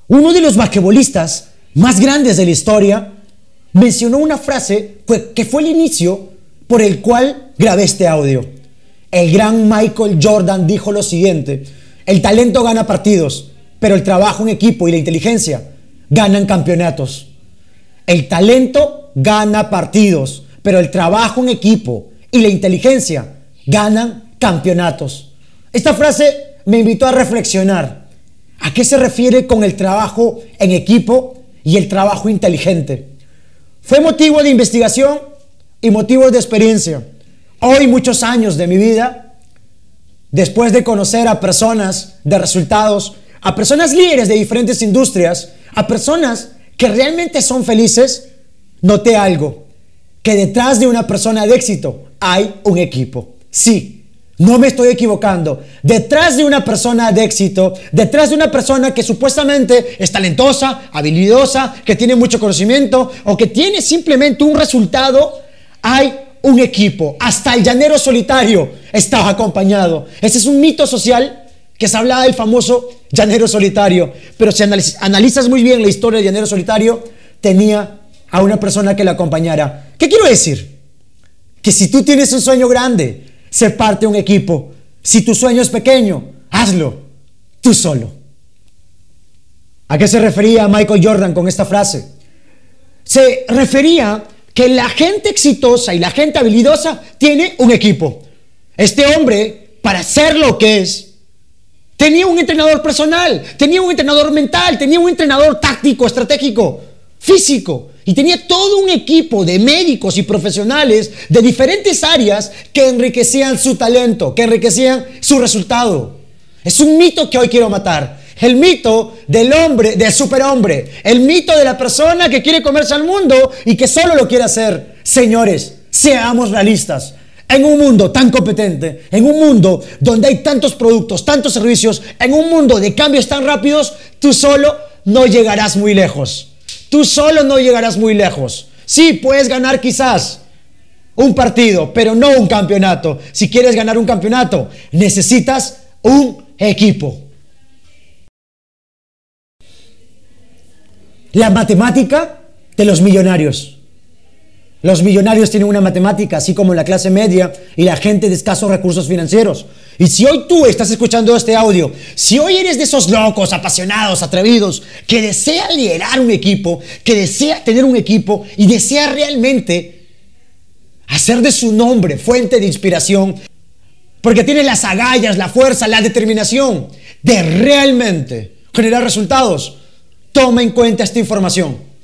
Uno de los basquetbolistas más grandes de la historia mencionó una frase que fue el inicio por el cual grabé este audio. El gran Michael Jordan dijo lo siguiente: el talento gana partidos, pero el trabajo en equipo y la inteligencia ganan campeonatos. El talento gana partidos, pero el trabajo en equipo y la inteligencia ganan campeonatos. Esta frase me invitó a reflexionar. ¿A qué se refiere con el trabajo en equipo y el trabajo inteligente? Fue motivo de investigación y motivo de experiencia. Hoy, muchos años de mi vida, después de conocer a personas de resultados, a personas líderes de diferentes industrias, a personas que realmente son felices, noté algo: que detrás de una persona de éxito hay un equipo. Sí, no me estoy equivocando. Detrás de una persona de éxito, detrás de una persona que supuestamente es talentosa, habilidosa, que tiene mucho conocimiento o que tiene simplemente un resultado, hay un equipo. Hasta el llanero solitario estaba acompañado. Ese es un mito social que se hablaba del famoso llanero solitario. Pero si analizas muy bien la historia del llanero solitario, tenía a una persona que le acompañara. ¿Qué quiero decir? Que si tú tienes un sueño grande, sé parte de un equipo. Si tu sueño es pequeño, hazlo tú solo. ¿A qué se refería Michael Jordan con esta frase? Se refería que la gente exitosa y la gente habilidosa tiene un equipo. Este hombre, para ser lo que es, tenía un entrenador personal, tenía un entrenador mental, tenía un entrenador táctico, estratégico, físico, y tenía todo un equipo de médicos y profesionales de diferentes áreas que enriquecían su talento, que enriquecían su resultado. Es un mito que hoy quiero matar. El mito del hombre, del superhombre. El mito de la persona que quiere comerse al mundo y que solo lo quiere hacer. Señores, seamos realistas. En un mundo tan competente, en un mundo donde hay tantos productos, tantos servicios, en un mundo de cambios tan rápidos, tú solo no llegarás muy lejos. Tú solo no llegarás muy lejos. Sí, puedes ganar quizás un partido, pero no un campeonato. Si quieres ganar un campeonato, necesitas un equipo. La matemática de los millonarios. Los millonarios tienen una matemática, así como la clase media y la gente de escasos recursos financieros. Y si hoy tú estás escuchando este audio, si hoy eres de esos locos, apasionados, atrevidos, que desea liderar un equipo, que desea tener un equipo y desea realmente hacer de su nombre fuente de inspiración, porque tiene las agallas, la fuerza, la determinación de realmente generar resultados, toma en cuenta esta información.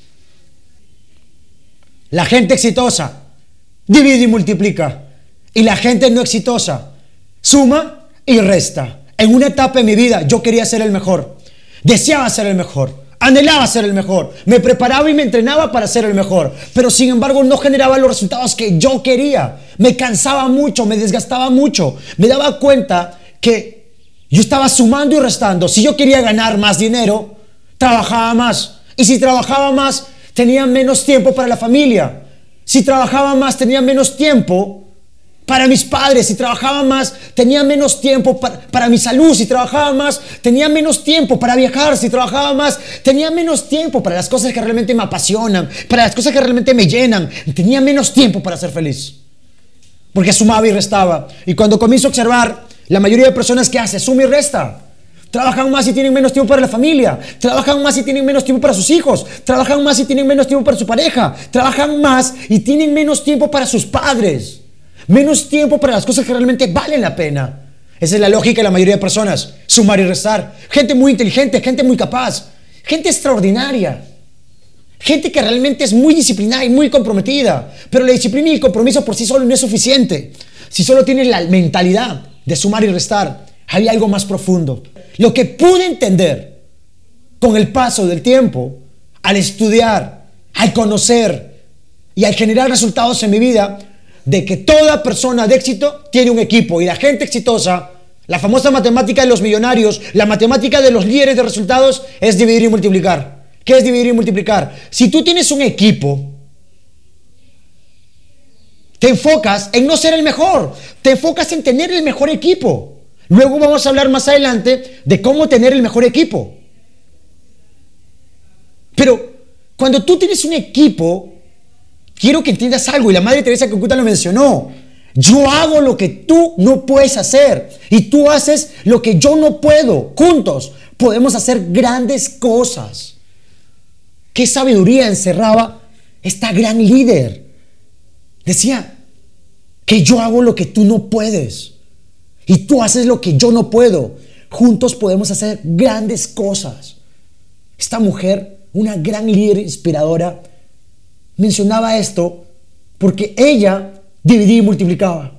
La gente exitosa divide y multiplica. Y la gente no exitosa suma y resta. En una etapa de mi vida yo quería ser el mejor. Deseaba ser el mejor. Anhelaba ser el mejor. Me preparaba y me entrenaba para ser el mejor. Pero sin embargo no generaba los resultados que yo quería. Me cansaba mucho, me desgastaba mucho. Me daba cuenta que yo estaba sumando y restando. Si yo quería ganar más dinero, trabajaba más. Y si trabajaba más, tenía menos tiempo para la familia. Si trabajaba más, tenía menos tiempo para mis padres. Si trabajaba más, tenía menos tiempo para mi salud. Si trabajaba más, tenía menos tiempo para viajar. Si trabajaba más, tenía menos tiempo para las cosas que realmente me apasionan, para las cosas que realmente me llenan. Tenía menos tiempo para ser feliz, porque sumaba y restaba. Y cuando comienzo a observar, la mayoría de personas que hace, suma y resta. Trabajan más y tienen menos tiempo para la familia. Trabajan más y tienen menos tiempo para sus hijos. Trabajan más y tienen menos tiempo para su pareja. Trabajan más y tienen menos tiempo para sus padres. Menos tiempo para las cosas que realmente valen la pena. Esa es la lógica de la mayoría de personas. Sumar y restar. Gente muy inteligente, gente muy capaz. Gente extraordinaria. Gente que realmente es muy disciplinada y muy comprometida. Pero la disciplina y el compromiso por sí solo no es suficiente. Si solo tienes la mentalidad de sumar y restar, hay algo más profundo. Lo que pude entender con el paso del tiempo, al estudiar, al conocer y al generar resultados en mi vida, de que toda persona de éxito tiene un equipo. Y la gente exitosa, la famosa matemática de los millonarios, la matemática de los líderes de resultados, es dividir y multiplicar. ¿Qué es dividir y multiplicar? Si tú tienes un equipo, te enfocas en no ser el mejor, te enfocas en tener el mejor equipo. Luego vamos a hablar más adelante de cómo tener el mejor equipo. Pero cuando tú tienes un equipo, quiero que entiendas algo, y la Madre Teresa de Calcuta lo mencionó. Yo hago lo que tú no puedes hacer y tú haces lo que yo no puedo. Juntos podemos hacer grandes cosas. ¿Qué sabiduría encerraba esta gran líder? Decía que yo hago lo que tú no puedes y tú haces lo que yo no puedo. Juntos podemos hacer grandes cosas. Esta mujer, una gran líder inspiradora, mencionaba esto porque ella dividía y multiplicaba.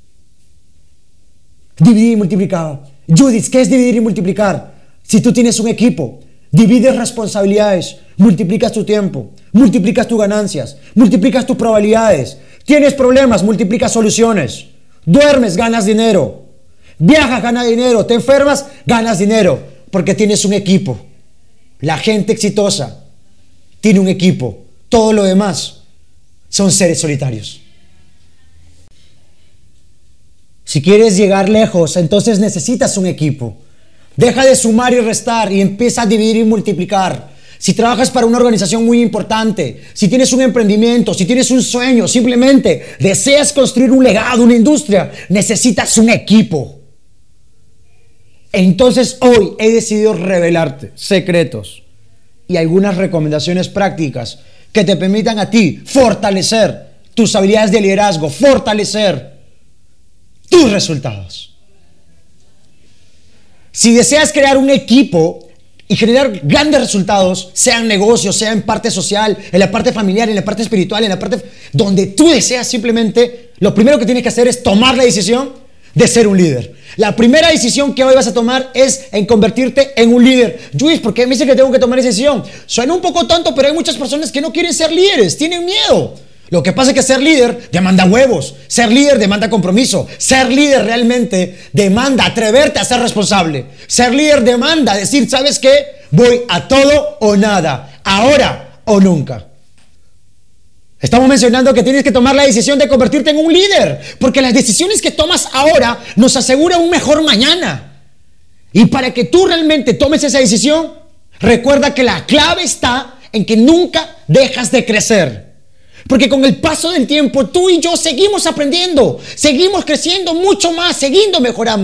Dividir y multiplicaba. Judith, ¿qué es dividir y multiplicar? Si tú tienes un equipo, divides responsabilidades, multiplicas tu tiempo, multiplicas tus ganancias, multiplicas tus probabilidades. Tienes problemas, multiplicas soluciones. Duermes, ganas dinero. Viajas, ganas dinero. Te enfermas, ganas dinero. Porque tienes un equipo. La gente exitosa tiene un equipo. Todo lo demás son seres solitarios. Si quieres llegar lejos, entonces necesitas un equipo. Deja de sumar y restar y empieza a dividir y multiplicar. Si trabajas para una organización muy importante, si tienes un emprendimiento, si tienes un sueño, simplemente deseas construir un legado, una industria, necesitas un equipo. Entonces hoy he decidido revelarte secretos y algunas recomendaciones prácticas que te permitan a ti fortalecer tus habilidades de liderazgo, fortalecer tus resultados. Si deseas crear un equipo y generar grandes resultados, sea en negocios, sea en parte social, en la parte familiar, en la parte espiritual, en la parte donde tú deseas, simplemente lo primero que tienes que hacer es tomar la decisión de ser un líder. La primera decisión que hoy vas a tomar es en convertirte en un líder. Luis, ¿por qué me dice que tengo que tomar esa decisión? Suena un poco tonto, pero hay muchas personas que no quieren ser líderes, tienen miedo. Lo que pasa es que ser líder demanda huevos, ser líder demanda compromiso, ser líder realmente demanda atreverte a ser responsable, ser líder demanda decir, ¿sabes qué? Voy a todo o nada, ahora o nunca. Estamos mencionando que tienes que tomar la decisión de convertirte en un líder, porque las decisiones que tomas ahora nos aseguran un mejor mañana. Y para que tú realmente tomes esa decisión, recuerda que la clave está en que nunca dejas de crecer. Porque con el paso del tiempo tú y yo seguimos aprendiendo, seguimos creciendo mucho más, seguimos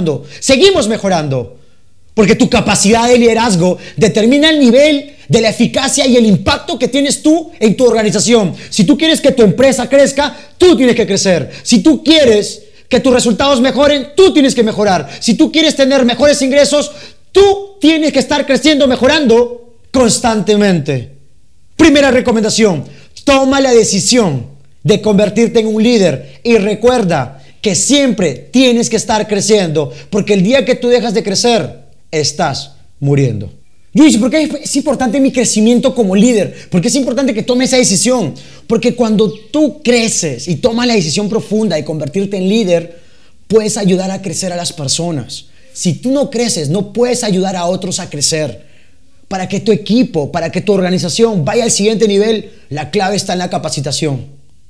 mejorando. Porque tu capacidad de liderazgo determina el nivel de la eficacia y el impacto que tienes tú en tu organización. Si tú quieres que tu empresa crezca, tú tienes que crecer. Si tú quieres que tus resultados mejoren, tú tienes que mejorar. Si tú quieres tener mejores ingresos, tú tienes que estar creciendo, mejorando constantemente. Primera recomendación: toma la decisión de convertirte en un líder y recuerda que siempre tienes que estar creciendo, porque el día que tú dejas de crecer, estás muriendo. Luis, ¿por qué es importante mi crecimiento como líder? ¿Por qué es importante que tome esa decisión? Porque cuando tú creces y tomas la decisión profunda de convertirte en líder, puedes ayudar a crecer a las personas. Si tú no creces, no puedes ayudar a otros a crecer. Para que tu equipo, para que tu organización vaya al siguiente nivel, la clave está en la capacitación.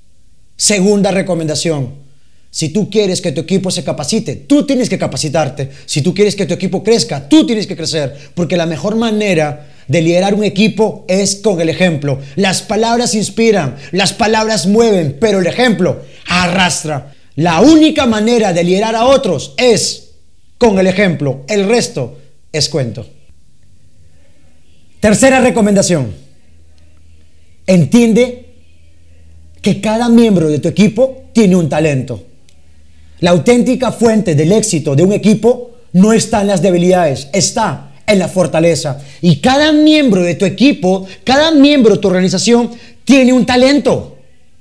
Segunda recomendación: si tú quieres que tu equipo se capacite, tú tienes que capacitarte. Si tú quieres que tu equipo crezca, tú tienes que crecer. Porque la mejor manera de liderar un equipo es con el ejemplo. Las palabras inspiran, las palabras mueven, pero el ejemplo arrastra. La única manera de liderar a otros es con el ejemplo. El resto es cuento. Tercera recomendación: entiende que cada miembro de tu equipo tiene un talento. La auténtica fuente del éxito de un equipo no está en las debilidades, está en la fortaleza. Y cada miembro de tu equipo, cada miembro de tu organización tiene un talento.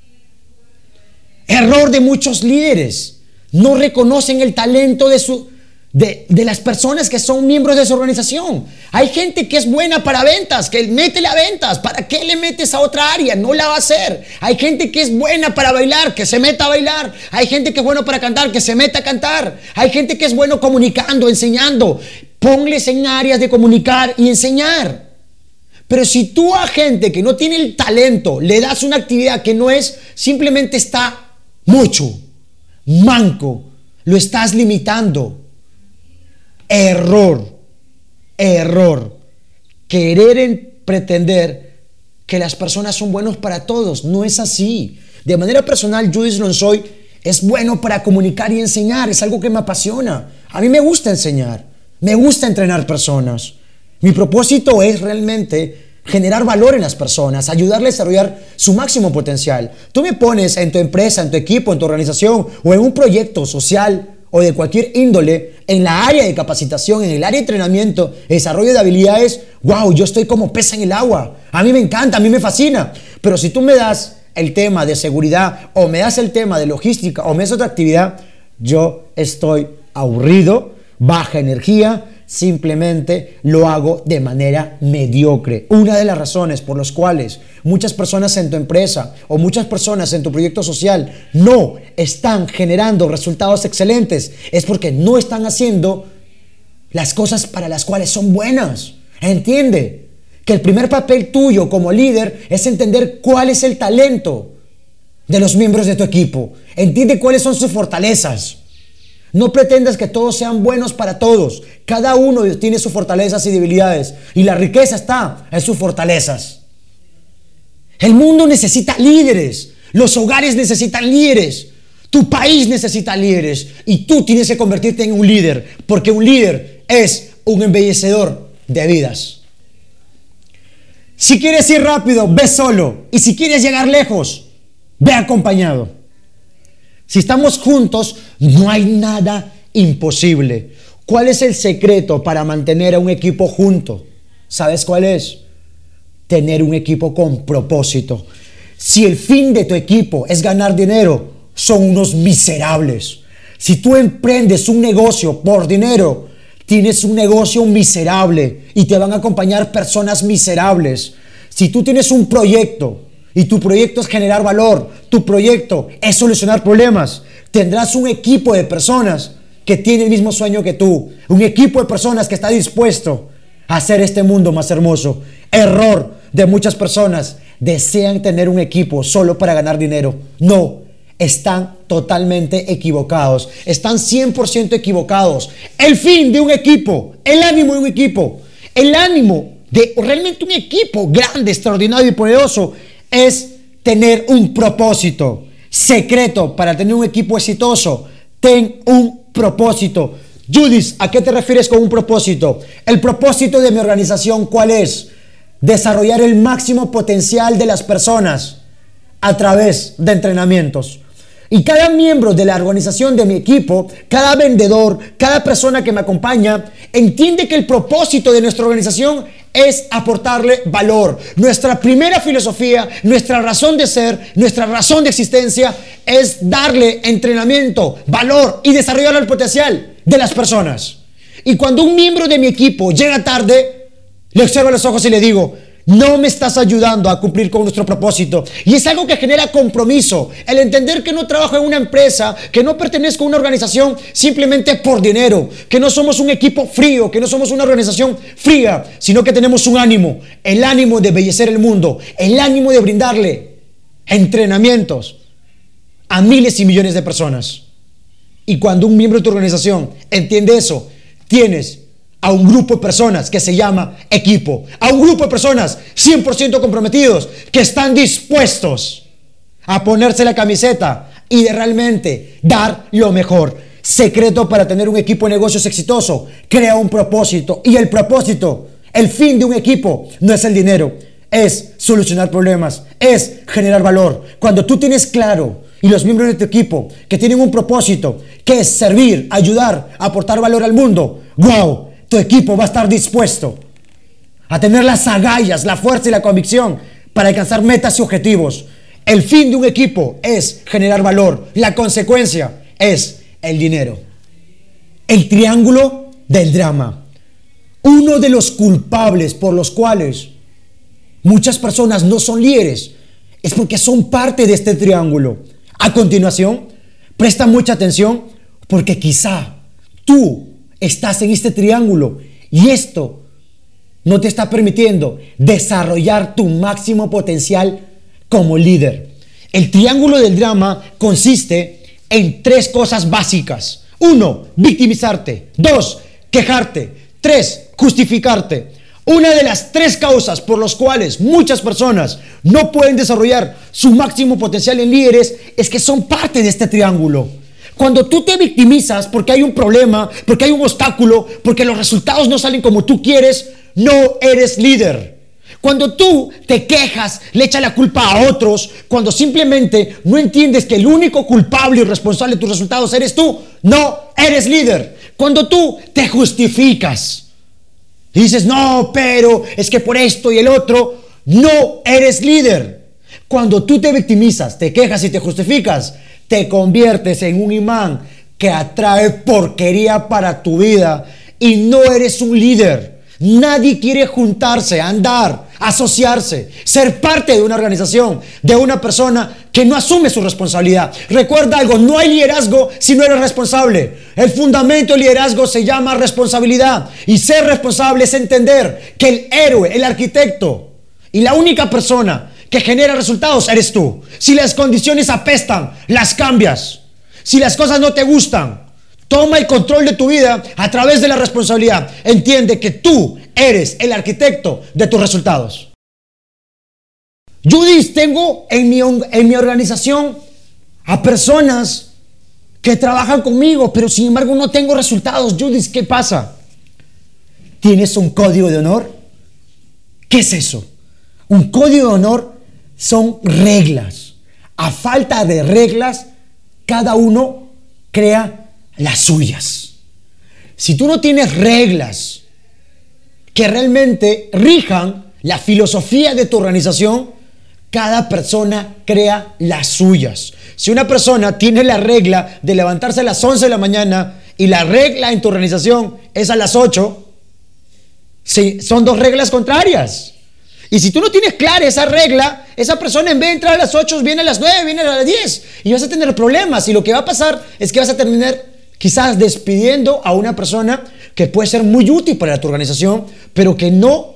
Error de muchos líderes: no reconocen el talento de las personas que son miembros de su organización. Hay gente que es buena para ventas, que métele a ventas. ¿Para qué le metes a otra área? No la va a hacer. Hay gente que es buena para bailar, que se meta a bailar. Hay gente que es bueno para cantar, que se meta a cantar. Hay gente que es bueno comunicando, enseñando. Ponles en áreas de comunicar y enseñar. Pero si tú a gente que no tiene el talento le das una actividad que no es, simplemente está mucho, manco, lo estás limitando. Error. Querer pretender que las personas son buenos para todos. No es así. De manera personal, Judith Lonsoy es bueno para comunicar y enseñar. Es algo que me apasiona. A mí me gusta enseñar. Me gusta entrenar personas. Mi propósito es realmente generar valor en las personas, ayudarles a desarrollar su máximo potencial. Tú me pones en tu empresa, en tu equipo, en tu organización o en un proyecto social o de cualquier índole, en la área de capacitación, en el área de entrenamiento, desarrollo de habilidades, wow, yo estoy como pez en el agua. A mí me encanta, a mí me fascina. Pero si tú me das el tema de seguridad o me das el tema de logística o me das otra actividad, yo estoy aburrido, baja energía, simplemente lo hago de manera mediocre. Una de las razones por las cuales muchas personas en tu empresa o muchas personas en tu proyecto social no están generando resultados excelentes es porque no están haciendo las cosas para las cuales son buenas. Entiende que el primer papel tuyo como líder es entender cuál es el talento de los miembros de tu equipo. Entiende cuáles son sus fortalezas. No pretendas que todos sean buenos para todos. Cada uno tiene sus fortalezas y debilidades. Y la riqueza está en sus fortalezas. El mundo necesita líderes. Los hogares necesitan líderes. Tu país necesita líderes. Y tú tienes que convertirte en un líder. Porque un líder es un embellecedor de vidas. Si quieres ir rápido, ve solo. Y si quieres llegar lejos, ve acompañado. Si estamos juntos, no hay nada imposible. ¿Cuál es el secreto para mantener a un equipo junto? ¿Sabes cuál es? Tener un equipo con propósito. Si el fin de tu equipo es ganar dinero, son unos miserables. Si tú emprendes un negocio por dinero, tienes un negocio miserable y te van a acompañar personas miserables. Si tú tienes un proyecto y tu proyecto es generar valor, tu proyecto es solucionar problemas, tendrás un equipo de personas que tiene el mismo sueño que tú, un equipo de personas que está dispuesto a hacer este mundo más hermoso. Error de muchas personas, desean tener un equipo solo para ganar dinero. No, están totalmente equivocados, están 100% equivocados. El fin de un equipo, el ánimo de un equipo, el ánimo de realmente un equipo grande, extraordinario y poderoso es tener un propósito. Secreto para tener un equipo exitoso: ten un propósito. Judith, ¿a qué te refieres con un propósito? El propósito de mi organización, ¿cuál es? Desarrollar el máximo potencial de las personas a través de entrenamientos. Y cada miembro de la organización de mi equipo, cada vendedor, cada persona que me acompaña, entiende que el propósito de nuestra organización es aportarle valor. Nuestra primera filosofía, nuestra razón de ser, nuestra razón de existencia es darle entrenamiento, valor y desarrollar el potencial de las personas. Y cuando un miembro de mi equipo llega tarde, le observo a los ojos y le digo: no me estás ayudando a cumplir con nuestro propósito. Y es algo que genera compromiso. El entender que no trabajo en una empresa, que no pertenezco a una organización simplemente por dinero, que no somos un equipo frío, que no somos una organización fría, sino que tenemos un ánimo, el ánimo de embellecer el mundo, el ánimo de brindarle entrenamientos a miles y millones de personas. Y cuando un miembro de tu organización entiende eso, tienes a un grupo de personas que se llama equipo, a un grupo de personas 100% comprometidos que están dispuestos a ponerse la camiseta y de realmente dar lo mejor. Secreto para tener un equipo de negocios exitoso: crea un propósito. Y el propósito, el fin de un equipo, no es el dinero, es solucionar problemas, es generar valor. Cuando tú tienes claro, y los miembros de tu equipo que tienen un propósito, que es servir, ayudar, aportar valor al mundo, wow, tu equipo va a estar dispuesto a tener las agallas, la fuerza y la convicción para alcanzar metas y objetivos. El fin de un equipo es generar valor. La consecuencia es el dinero. El triángulo del drama. Uno de los culpables por los cuales muchas personas no son líderes es porque son parte de este triángulo. A continuación, presta mucha atención, porque quizá tú estás en este triángulo y esto no te está permitiendo desarrollar tu máximo potencial como líder. El triángulo del drama consiste en 3 cosas básicas. 1, victimizarte. 2, quejarte. 3, justificarte. Una de las 3 causas por las cuales muchas personas no pueden desarrollar su máximo potencial en líderes es que son parte de este triángulo. Cuando tú te victimizas porque hay un problema, porque hay un obstáculo, porque los resultados no salen como tú quieres, no eres líder. Cuando tú te quejas, le echas la culpa a otros, cuando simplemente no entiendes que el único culpable y responsable de tus resultados eres tú, no eres líder. Cuando tú te justificas y dices, no, pero es que por esto y el otro, no eres líder. Cuando tú te victimizas, te quejas y te justificas, te conviertes en un imán que atrae porquería para tu vida y no eres un líder. Nadie quiere juntarse, andar, asociarse, ser parte de una organización, de una persona que no asume su responsabilidad. Recuerda algo, no hay liderazgo si no eres responsable. El fundamento del liderazgo se llama responsabilidad. Y ser responsable es entender que el héroe, el arquitecto y la única persona que genera resultados eres tú. Si las condiciones apestan, las cambias. Si las cosas no te gustan, toma el control de tu vida a través de la responsabilidad. Entiende que tú eres el arquitecto de tus resultados. Judith, tengo en mi organización a personas que trabajan conmigo, pero sin embargo no tengo resultados. Judith, ¿qué pasa? ¿Tienes un código de honor? ¿Qué es eso? Un código de honor son reglas. A falta de reglas, cada uno crea las suyas. Si tú no tienes reglas que realmente rijan la filosofía de tu organización, cada persona crea las suyas. Si una persona tiene la regla de levantarse a las 11 de la mañana y la regla en tu organización es a las 8, sí, son 2 reglas contrarias. Y si tú no tienes clara esa regla, esa persona en vez de entrar a las 8 viene a las 9, viene a las 10 y vas a tener problemas. Y lo que va a pasar es que vas a terminar quizás despidiendo a una persona que puede ser muy útil para tu organización, pero que no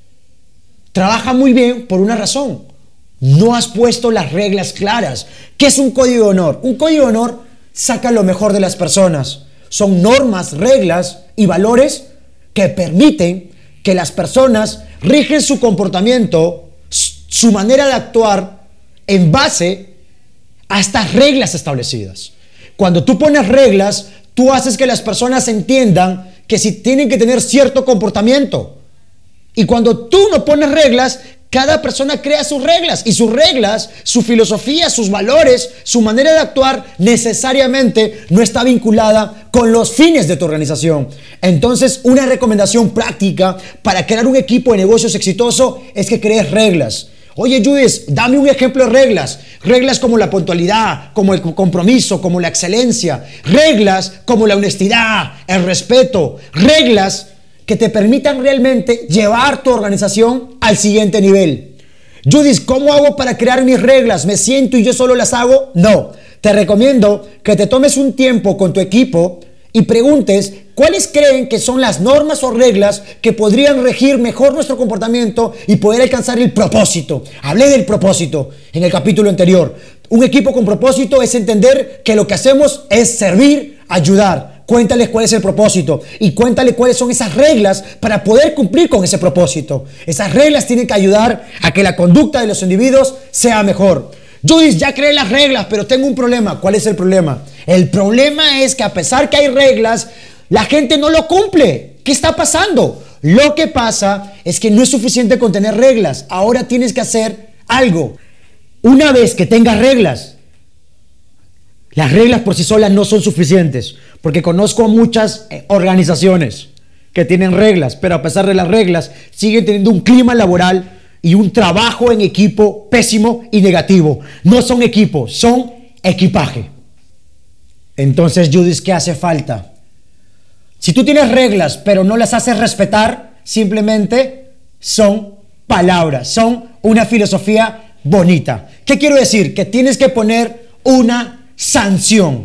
trabaja muy bien por una razón. No has puesto las reglas claras. ¿Qué es un código de honor? Un código de honor saca lo mejor de las personas. Son normas, reglas y valores que permiten que las personas rigen su comportamiento, su manera de actuar en base a estas reglas establecidas. Cuando tú pones reglas, tú haces que las personas entiendan que si tienen que tener cierto comportamiento. Y cuando tú no pones reglas, cada persona crea sus reglas. Y sus reglas, su filosofía, sus valores, su manera de actuar necesariamente no está vinculada con los fines de tu organización. Entonces, una recomendación práctica para crear un equipo de negocios exitoso es que crees reglas. Oye, Judith, dame un ejemplo de reglas. Reglas como la puntualidad, como el compromiso, como la excelencia. Reglas como la honestidad, el respeto. Reglas que te permitan realmente llevar tu organización al siguiente nivel. Judith, ¿cómo hago para crear mis reglas? ¿Me siento y yo solo las hago? No. Te recomiendo que te tomes un tiempo con tu equipo y preguntes cuáles creen que son las normas o reglas que podrían regir mejor nuestro comportamiento y poder alcanzar el propósito. Hablé del propósito en el capítulo anterior. Un equipo con propósito es entender que lo que hacemos es servir, ayudar. Cuéntales cuál es el propósito y cuéntale cuáles son esas reglas para poder cumplir con ese propósito. Esas reglas tienen que ayudar a que la conducta de los individuos sea mejor. Judith, ya creé las reglas, pero tengo un problema. ¿Cuál es el problema? El problema es que a pesar que hay reglas, la gente no lo cumple. ¿Qué está pasando? Lo que pasa es que no es suficiente con tener reglas. Ahora tienes que hacer algo. Una vez que tengas reglas, las reglas por sí solas no son suficientes, porque conozco muchas organizaciones que tienen reglas, pero a pesar de las reglas siguen teniendo un clima laboral y un trabajo en equipo pésimo y negativo. No son equipo, son equipaje. Entonces, Judith, ¿qué hace falta? Si tú tienes reglas, pero no las haces respetar, simplemente son palabras, son una filosofía bonita. ¿Qué quiero decir? Que tienes que poner una sanción.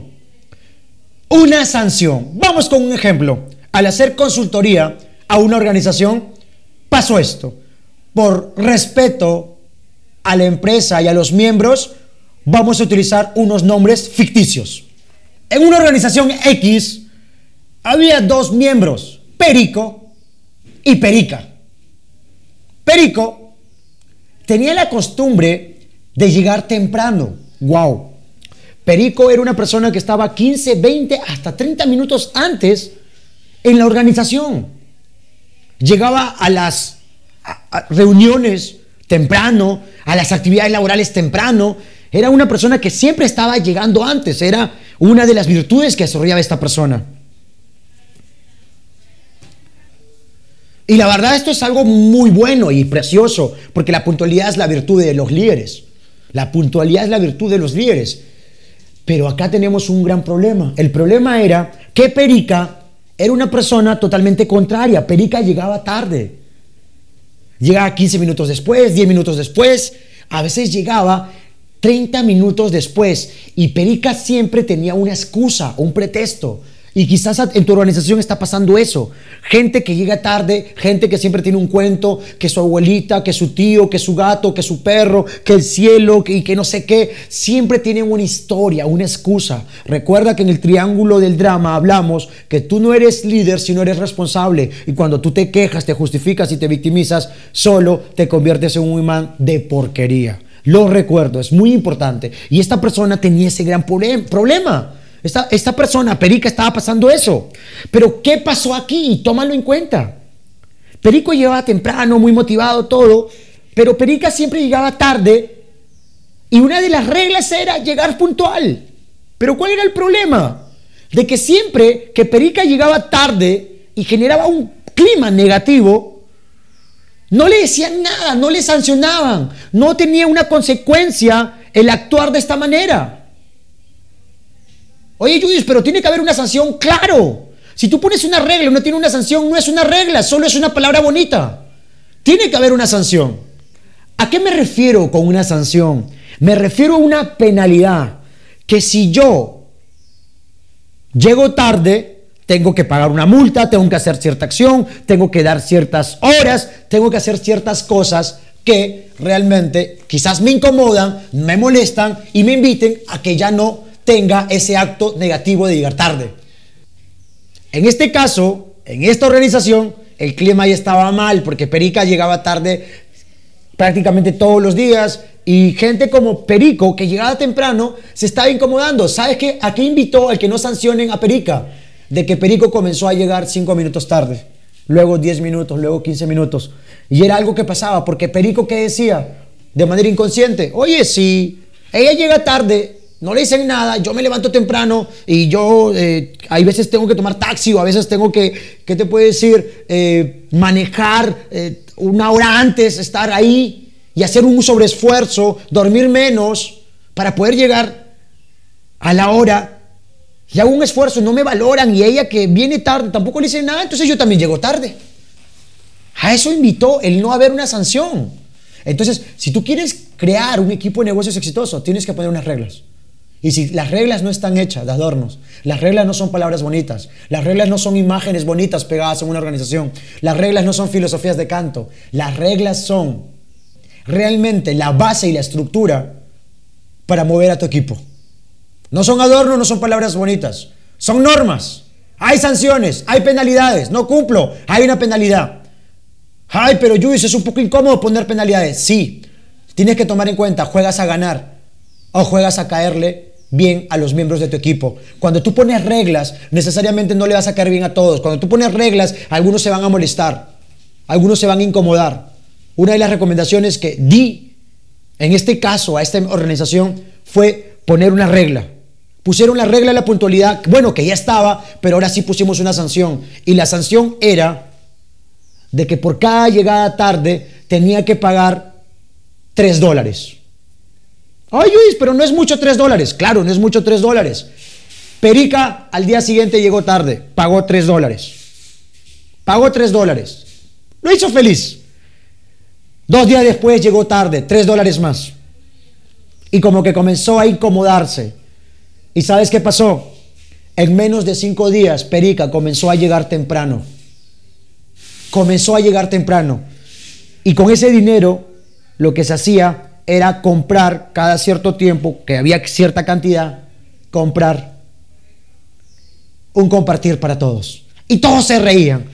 Una sanción. Vamos con un ejemplo. Al hacer consultoría a una organización, pasó esto. Por respeto a la empresa y a los miembros, vamos a utilizar unos nombres ficticios. En una organización X había 2 miembros, Perico y Perica. Perico tenía la costumbre de llegar temprano. ¡Wow! Perico era una persona que estaba 15, 20, hasta 30 minutos antes en la organización. Llegaba a las reuniones temprano, a las actividades laborales temprano. Era una persona que siempre estaba llegando antes. Era una de las virtudes que desarrollaba esta persona. Y la verdad, esto es algo muy bueno y precioso, porque la puntualidad es la virtud de los líderes. La puntualidad es la virtud de los líderes. Pero acá tenemos un gran problema. El problema era que Perica era una persona totalmente contraria. Perica llegaba tarde. Llegaba 15 minutos después, 10 minutos después. A veces llegaba 30 minutos después. Y Perica siempre tenía una excusa, un pretexto. Y quizás en tu organización está pasando eso. Gente que llega tarde, gente que siempre tiene un cuento, que su abuelita, que su tío, que su gato, que su perro, que el cielo, y que no sé qué. Siempre tienen una historia, una excusa. Recuerda que en el triángulo del drama hablamos que tú no eres líder si no eres responsable. Y cuando tú te quejas, te justificas y te victimizas, solo te conviertes en un imán de porquería. Lo recuerdo, es muy importante. Y esta persona tenía ese gran problema. Esta persona, Perica, estaba pasando eso. Pero ¿qué pasó aquí? Tómalo en cuenta. Perico llegaba temprano, muy motivado, todo. Pero Perica siempre llegaba tarde. Y una de las reglas era llegar puntual. Pero ¿cuál era el problema? De que siempre que Perica llegaba tarde y generaba un clima negativo, no le decían nada, no le sancionaban. No tenía una consecuencia el actuar de esta manera. Oye, Judith, pero tiene que haber una sanción. ¡Claro! Si tú pones una regla y no tiene una sanción, no es una regla, solo es una palabra bonita. Tiene que haber una sanción. ¿A qué me refiero con una sanción? Me refiero a una penalidad. Que si yo llego tarde, tengo que pagar una multa, tengo que hacer cierta acción, tengo que dar ciertas horas, tengo que hacer ciertas cosas que realmente quizás me incomodan, me molestan y me inviten a que ya no tenga ese acto negativo de llegar tarde. En este caso, en esta organización, el clima ya estaba mal porque Perica llegaba tarde prácticamente todos los días y gente como Perico, que llegaba temprano, se estaba incomodando. ¿Sabes qué? ¿A qué invitó al que no sancionen a Perica? De que Perico comenzó a llegar 5 minutos tarde, luego 10 minutos, luego 15 minutos. Y era algo que pasaba porque Perico, ¿qué decía? De manera inconsciente: oye, si ella llega tarde, no le dicen nada, yo me levanto temprano y yo hay veces tengo que tomar taxi o a veces tengo que, ¿qué te puedo decir? Manejar una hora antes, estar ahí y hacer un sobreesfuerzo, dormir menos para poder llegar a la hora. Y hago un esfuerzo, no me valoran y ella que viene tarde tampoco le dicen nada, entonces yo también llego tarde. A eso invitó el no haber una sanción. Entonces, si tú quieres crear un equipo de negocios exitoso, tienes que poner unas reglas. Y si las reglas no están hechas de adornos, las reglas no son palabras bonitas, las reglas no son imágenes bonitas pegadas en una organización, las reglas no son filosofías de canto, las reglas son realmente la base y la estructura para mover a tu equipo. No son adornos, no son palabras bonitas, son normas. Hay sanciones, hay penalidades, no cumplo, hay una penalidad. Ay, pero Luis, es un poco incómodo poner penalidades. Sí, tienes que tomar en cuenta, juegas a ganar o juegas a caerle bien a los miembros de tu equipo. Cuando tú pones reglas, necesariamente no le vas a caer bien a todos. Cuando tú pones reglas, algunos se van a molestar, algunos se van a incomodar. Una de las recomendaciones que di en este caso a esta organización fue poner una regla. Pusieron la regla de la puntualidad, bueno, que ya estaba, pero ahora sí pusimos una sanción. Y la sanción era de que por cada llegada tarde tenía que pagar $3. Ay, Luis, pero no es mucho $3. Claro, no es mucho $3. Perica al día siguiente llegó tarde, pagó $3. Pagó $3. Lo hizo feliz. 2 días después llegó tarde, $3 más. Y como que comenzó a incomodarse. ¿Y sabes qué pasó? En menos de 5 días, Perica comenzó a llegar temprano. Comenzó a llegar temprano. Y con ese dinero, lo que se hacía era comprar cada cierto tiempo, que había cierta cantidad, comprar un compartir para todos. Y todos se reían.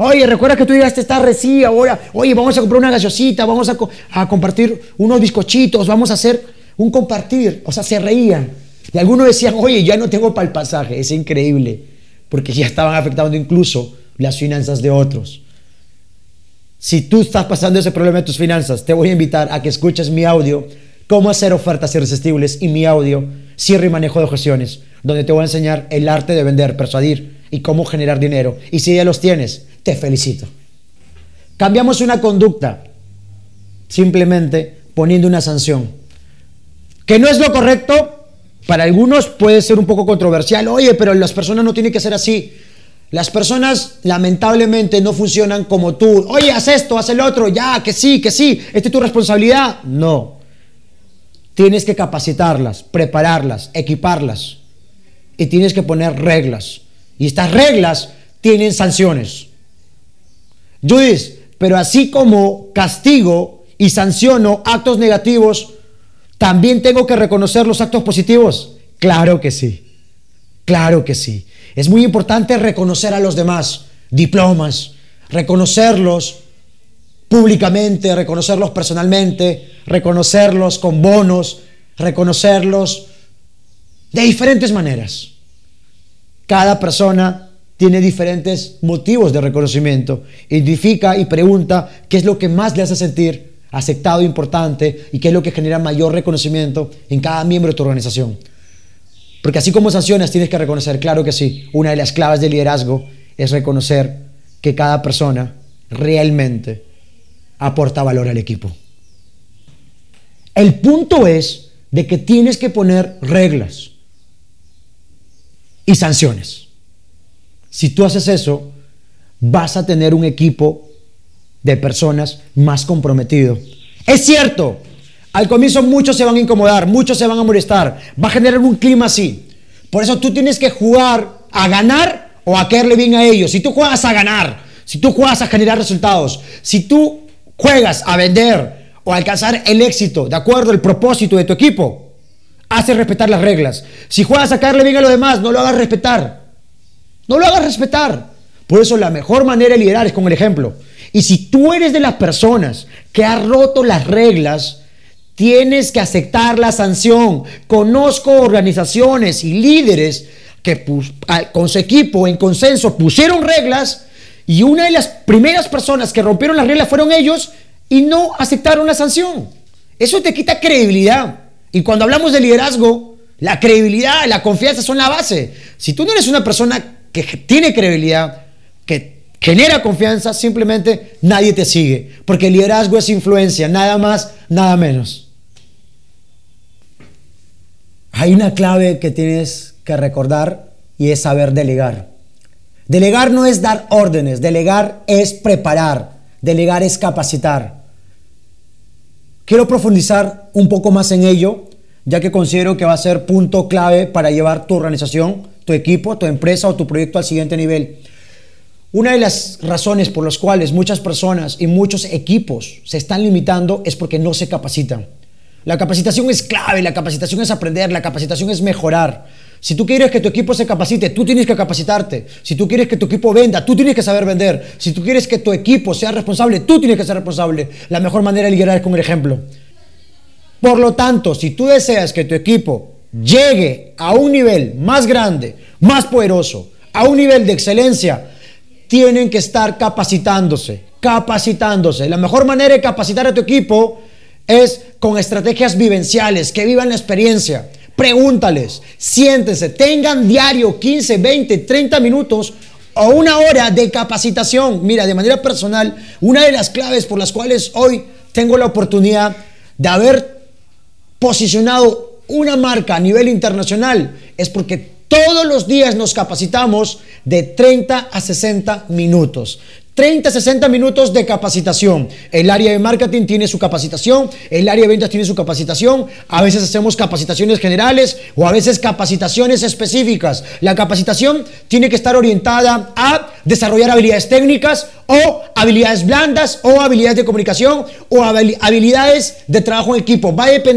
Oye, recuerda que tú llegaste tarde, sí, ahora, oye, vamos a comprar una gaseosita, vamos a compartir unos bizcochitos, vamos a hacer un compartir. O sea, se reían. Y algunos decían, oye, ya no tengo para el pasaje. Es increíble, porque ya estaban afectando incluso las finanzas de otros. Si tú estás pasando ese problema de tus finanzas, te voy a invitar a que escuches mi audio, Cómo hacer ofertas irresistibles, y mi audio, Cierre y manejo de objeciones, donde te voy a enseñar el arte de vender, persuadir y cómo generar dinero. Y si ya los tienes, te felicito. Cambiamos una conducta simplemente poniendo una sanción. Que no es lo correcto, para algunos puede ser un poco controversial. Oye, pero las personas no tienen que ser así. Las personas lamentablemente no funcionan como tú. Oye, haz esto, haz el otro, ya, que sí, esta es tu responsabilidad. No. Tienes que capacitarlas, prepararlas, equiparlas. Y tienes que poner reglas. Y estas reglas tienen sanciones. Judith, pero así como castigo y sanciono actos negativos, ¿también tengo que reconocer los actos positivos? Claro que sí. Claro que sí. Es muy importante reconocer a los demás, diplomas, reconocerlos públicamente, reconocerlos personalmente, reconocerlos con bonos, reconocerlos de diferentes maneras. Cada persona tiene diferentes motivos de reconocimiento. Identifica y pregunta qué es lo que más le hace sentir aceptado, importante, y qué es lo que genera mayor reconocimiento en cada miembro de tu organización. Porque así como sancionas, tienes que reconocer, claro que sí. Una de las claves del liderazgo es reconocer que cada persona realmente aporta valor al equipo. El punto es de que tienes que poner reglas y sanciones. Si tú haces eso, vas a tener un equipo de personas más comprometido. Es cierto, al comienzo muchos se van a incomodar, muchos se van a molestar, va a generar un clima así. Por eso tú tienes que jugar a ganar o a caerle bien a ellos. Si tú juegas a ganar, si tú juegas a generar resultados, si tú juegas a vender o a alcanzar el éxito de acuerdo al propósito de tu equipo, haces respetar las reglas. Si juegas a caerle bien a los demás, no lo hagas respetar. No lo hagas respetar. Por eso la mejor manera de liderar es con el ejemplo. Y si tú eres de las personas que ha roto las reglas, tienes que aceptar la sanción. Conozco organizaciones y líderes que con su equipo en consenso pusieron reglas, y una de las primeras personas que rompieron las reglas fueron ellos y no aceptaron la sanción. Eso te quita credibilidad. Y cuando hablamos de liderazgo, la credibilidad, la confianza son la base. Si tú no eres una persona que tiene credibilidad, que genera confianza, simplemente nadie te sigue. Porque el liderazgo es influencia, nada más, nada menos. Hay una clave que tienes que recordar y es saber delegar. Delegar no es dar órdenes, delegar es preparar, delegar es capacitar. Quiero profundizar un poco más en ello, ya que considero que va a ser punto clave para llevar tu organización, tu equipo, tu empresa o tu proyecto al siguiente nivel. Una de las razones por las cuales muchas personas y muchos equipos se están limitando es porque no se capacitan. La capacitación es clave, la capacitación es aprender, la capacitación es mejorar. Si tú quieres que tu equipo se capacite, tú tienes que capacitarte. Si tú quieres que tu equipo venda, tú tienes que saber vender. Si tú quieres que tu equipo sea responsable, tú tienes que ser responsable. La mejor manera de liderar es con el ejemplo. Por lo tanto, si tú deseas que tu equipo llegue a un nivel más grande, más poderoso, a un nivel de excelencia, tienen que estar capacitándose. La mejor manera de capacitar a tu equipo es con estrategias vivenciales, que vivan la experiencia. Pregúntales, siéntense, tengan diario 15, 20, 30 minutos o una hora de capacitación. Mira, de manera personal, una de las claves por las cuales hoy tengo la oportunidad de haber posicionado una marca a nivel internacional es porque todos los días nos capacitamos de 30 a 60 minutos. 30 a 60 minutos de capacitación. El área de marketing tiene su capacitación, el área de ventas tiene su capacitación, a veces hacemos capacitaciones generales o a veces capacitaciones específicas. La capacitación tiene que estar orientada a desarrollar habilidades técnicas o habilidades blandas o habilidades de comunicación o habilidades de trabajo en equipo. Va a depender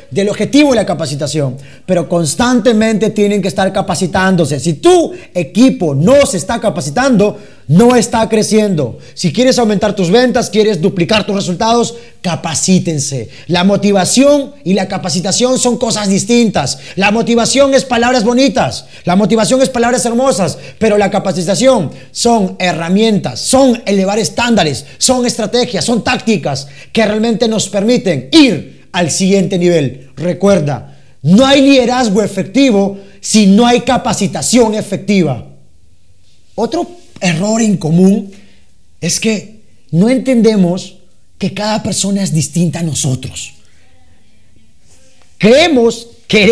del objetivo de la capacitación, pero constantemente tienen que estar capacitándose. Si tu equipo no se está capacitando, no está creciendo. Si quieres aumentar tus ventas, quieres duplicar tus resultados, capacítense. La motivación y la capacitación son cosas distintas. La motivación es palabras bonitas, la motivación es palabras hermosas, pero la capacitación son herramientas, son elevar estándares, son estrategias, son tácticas que realmente nos permiten ir al siguiente nivel. Recuerda, no hay liderazgo efectivo si no hay capacitación efectiva. Otro error en común es que no entendemos que cada persona es distinta a nosotros. Queremos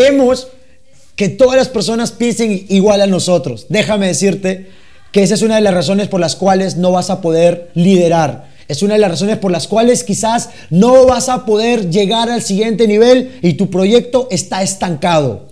que todas las personas piensen igual a nosotros. Déjame decirte que esa es una de las razones por las cuales no vas a poder liderar. Es una de las razones por las cuales quizás no vas a poder llegar al siguiente nivel y tu proyecto está estancado.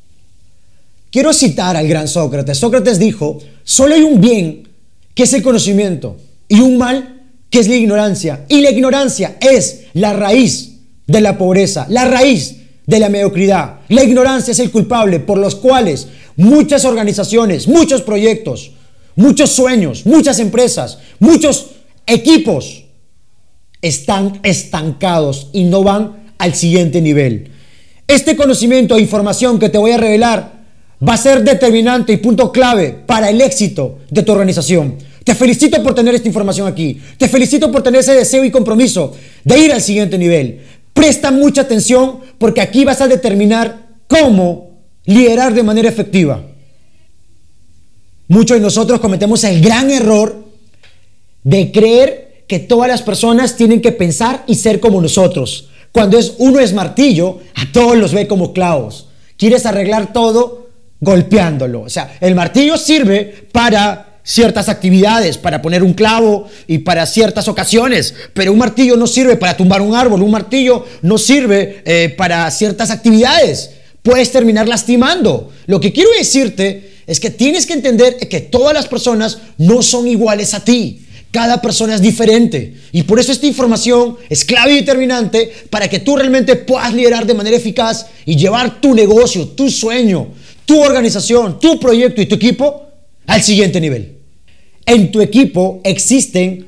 Quiero citar al gran Sócrates. Sócrates dijo: solo hay un bien, que es el conocimiento, y un mal, que es la ignorancia. Y la ignorancia es la raíz de la pobreza, la raíz de la mediocridad. La ignorancia es el culpable por los cuales muchas organizaciones, muchos proyectos, muchos sueños, muchas empresas, muchos equipos están estancados y no van al siguiente nivel. Este conocimiento e información que te voy a revelar va a ser determinante y punto clave para el éxito de tu organización. Te felicito por tener esta información aquí. Te felicito por tener ese deseo y compromiso de ir al siguiente nivel. Presta mucha atención porque aquí vas a determinar cómo liderar de manera efectiva. Muchos de nosotros cometemos el gran error de creer que todas las personas tienen que pensar y ser como nosotros. Cuando uno es martillo, a todos los ve como clavos. Quieres arreglar todo golpeándolo. O sea, el martillo sirve para ciertas actividades, para poner un clavo y para ciertas ocasiones, pero un martillo no sirve para tumbar un árbol, un martillo no sirve para ciertas actividades. Puedes terminar lastimando. Lo que quiero decirte es que tienes que entender que todas las personas no son iguales a ti. Cada persona es diferente y por eso esta información es clave y determinante para que tú realmente puedas liderar de manera eficaz y llevar tu negocio, tu sueño, tu organización, tu proyecto y tu equipo al siguiente nivel. En tu equipo existen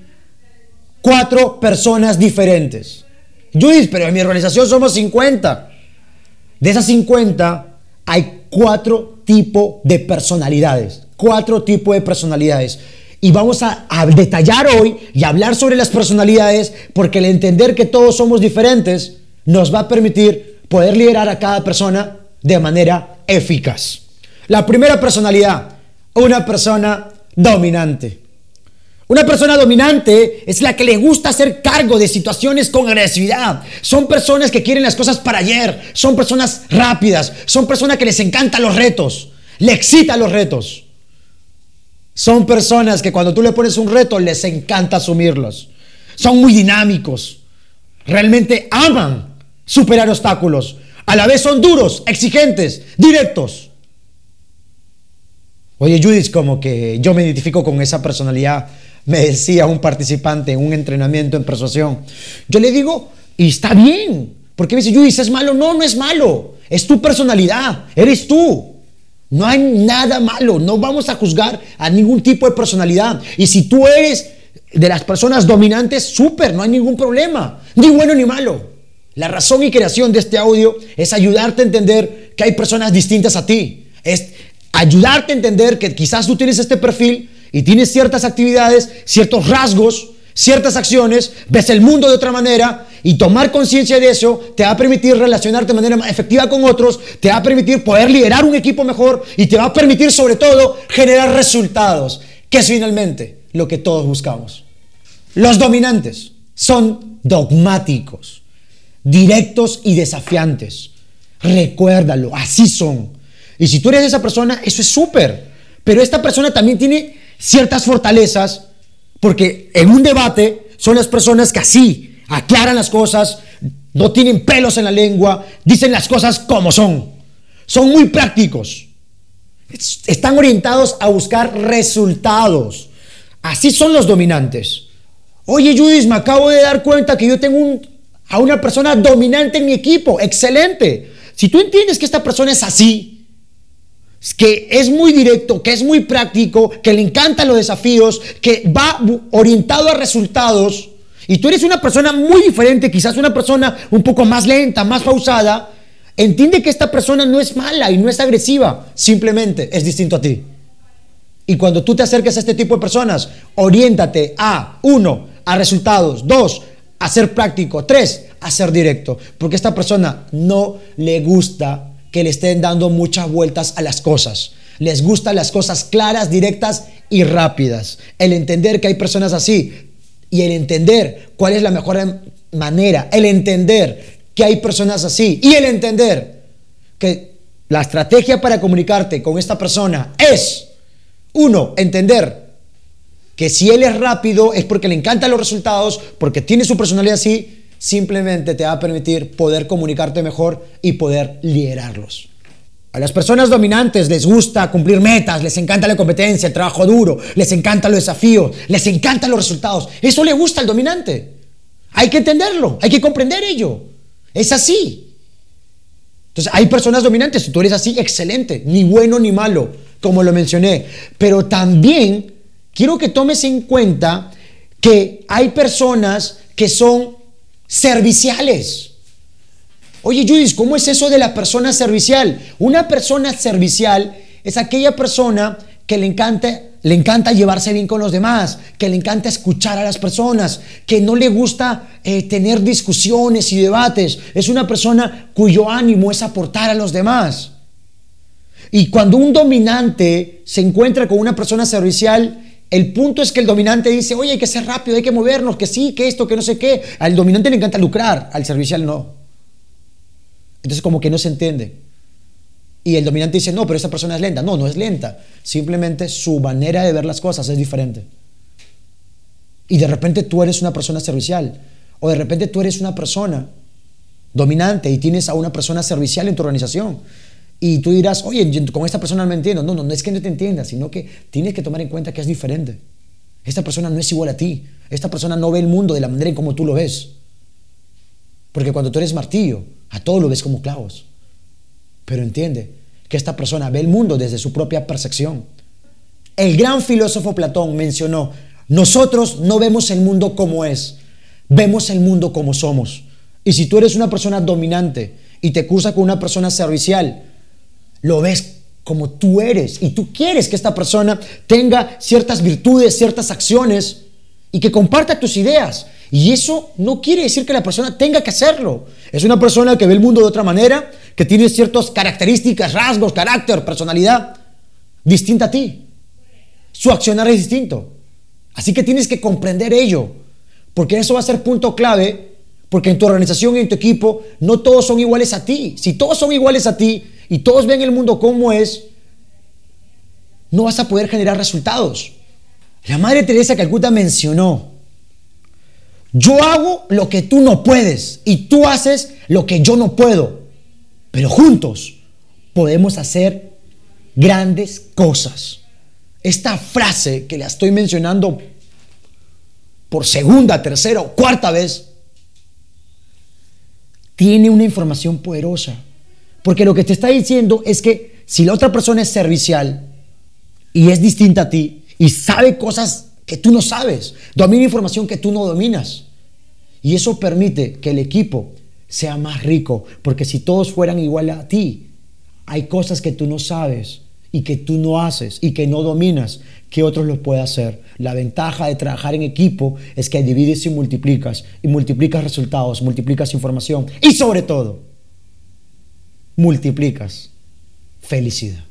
4 personas diferentes. Judith, pero en mi organización somos 50. De esas 50 hay 4 tipos de personalidades. 4 tipos de personalidades. Y vamos a detallar hoy y hablar sobre las personalidades, porque el entender que todos somos diferentes nos va a permitir poder liderar a cada persona de manera eficaz. La primera personalidad, una persona dominante. Una persona dominante es la que le gusta hacer cargo de situaciones con agresividad. Son personas que quieren las cosas para ayer. Son personas rápidas. Son personas que les encantan los retos. Le excitan los retos. Son personas que cuando tú le pones un reto les encanta asumirlos. Son muy dinámicos. Realmente aman superar obstáculos. A la vez son duros, exigentes, directos. Oye, Judith, como que yo me identifico con esa personalidad, me decía un participante en un entrenamiento en persuasión. Yo le digo, y está bien, porque me dice, Judith, ¿es malo? No, no es malo, es tu personalidad, eres tú. No hay nada malo, no vamos a juzgar a ningún tipo de personalidad. Y si tú eres de las personas dominantes, súper, no hay ningún problema, ni bueno ni malo. La razón y creación de este audio es ayudarte a entender que hay personas distintas a ti. Es ayudarte a entender que quizás tú tienes este perfil y tienes ciertas actividades, ciertos rasgos, ciertas acciones, ves el mundo de otra manera, y tomar conciencia de eso te va a permitir relacionarte de manera más efectiva con otros, te va a permitir poder liderar un equipo mejor y te va a permitir sobre todo generar resultados, que es finalmente lo que todos buscamos. Los dominantes son dogmáticos, directos y desafiantes. Recuérdalo, así son. Y si tú eres esa persona, eso es súper. Pero esta persona también tiene ciertas fortalezas, porque en un debate son las personas que así aclaran las cosas, no tienen pelos en la lengua, dicen las cosas como son. Son muy prácticos. Están orientados a buscar resultados. Así son los dominantes. Oye, Judith, me acabo de dar cuenta que yo tengo a una persona dominante en mi equipo. Excelente. Si tú entiendes que esta persona es así, que es muy directo, que es muy práctico, que le encantan los desafíos, que va orientado a resultados, y tú eres una persona muy diferente, quizás una persona un poco más lenta, más pausada, entiende que esta persona no es mala y no es agresiva, simplemente es distinto a ti. Y cuando tú te acerques a este tipo de personas, oriéntate a 1, a resultados, 2, a ser práctico, 3, a ser directo, porque a esta persona no le gusta que le estén dando muchas vueltas a las cosas. Les gustan las cosas claras, directas y rápidas. El entender que hay personas así y el entender cuál es la mejor manera, el entender que hay personas así y el entender que la estrategia para comunicarte con esta persona es 1, entender que si él es rápido es porque le encantan los resultados, porque tiene su personalidad así, simplemente te va a permitir poder comunicarte mejor y poder liderarlos. A las personas dominantes les gusta cumplir metas, les encanta la competencia, el trabajo duro, les encantan los desafíos, les encantan los resultados. Eso le gusta al dominante. Hay que entenderlo, hay que comprender ello. Es así. Entonces hay personas dominantes, si tú eres así, excelente, ni bueno ni malo, como lo mencioné. Pero también quiero que tomes en cuenta que hay personas que son serviciales. Oye, Judith, ¿cómo es eso de la persona servicial? Una persona servicial es aquella persona que le encanta llevarse bien con los demás, que le encanta escuchar a las personas, que no le gusta tener discusiones y debates. Es una persona cuyo ánimo es aportar a los demás. Y cuando un dominante se encuentra con una persona servicial, el punto es que el dominante dice, oye, hay que ser rápido, hay que movernos, que sí, que esto, que no sé qué. Al dominante le encanta lucrar, al servicial no. Entonces como que no se entiende. Y el dominante dice, no, pero esta persona es lenta. No, no es lenta. Simplemente su manera de ver las cosas es diferente. Y de repente tú eres una persona servicial. O de repente tú eres una persona dominante y tienes a una persona servicial en tu organización. Y tú dirás, oye, con esta persona no me entiendo. No, no es que no te entiendas, sino que tienes que tomar en cuenta que es diferente. Esta persona no es igual a ti. Esta persona no ve el mundo de la manera en como tú lo ves. Porque cuando tú eres martillo, a todo lo ves como clavos. Pero entiende que esta persona ve el mundo desde su propia percepción. El gran filósofo Platón mencionó, nosotros no vemos el mundo como es, vemos el mundo como somos. Y si tú eres una persona dominante y te cruzas con una persona servicial, lo ves como tú eres y tú quieres que esta persona tenga ciertas virtudes, ciertas acciones y que comparta tus ideas. Y eso no quiere decir que la persona tenga que hacerlo. Es una persona que ve el mundo de otra manera, que tiene ciertas características, rasgos, carácter, personalidad distinta a ti. Su accionar es distinto. Así que tienes que comprender ello, porque eso va a ser punto clave, porque en tu organización y en tu equipo no todos son iguales a ti. Si todos son iguales a ti y todos ven el mundo como es, no vas a poder generar resultados. La Madre Teresa de Calcuta mencionó, yo hago lo que tú no puedes y tú haces lo que yo no puedo, pero juntos podemos hacer grandes cosas. Esta frase que la estoy mencionando por segunda, tercera o cuarta vez tiene una información poderosa, porque lo que te está diciendo es que si la otra persona es servicial y es distinta a ti y sabe cosas que tú no sabes, domina información que tú no dominas, y eso permite que el equipo sea más rico, porque si todos fueran igual a ti, hay cosas que tú no sabes y que tú no haces y que no dominas, que otros lo pueden hacer. La ventaja de trabajar en equipo es que divides y multiplicas resultados, multiplicas información y sobre todo, multiplicas felicidad.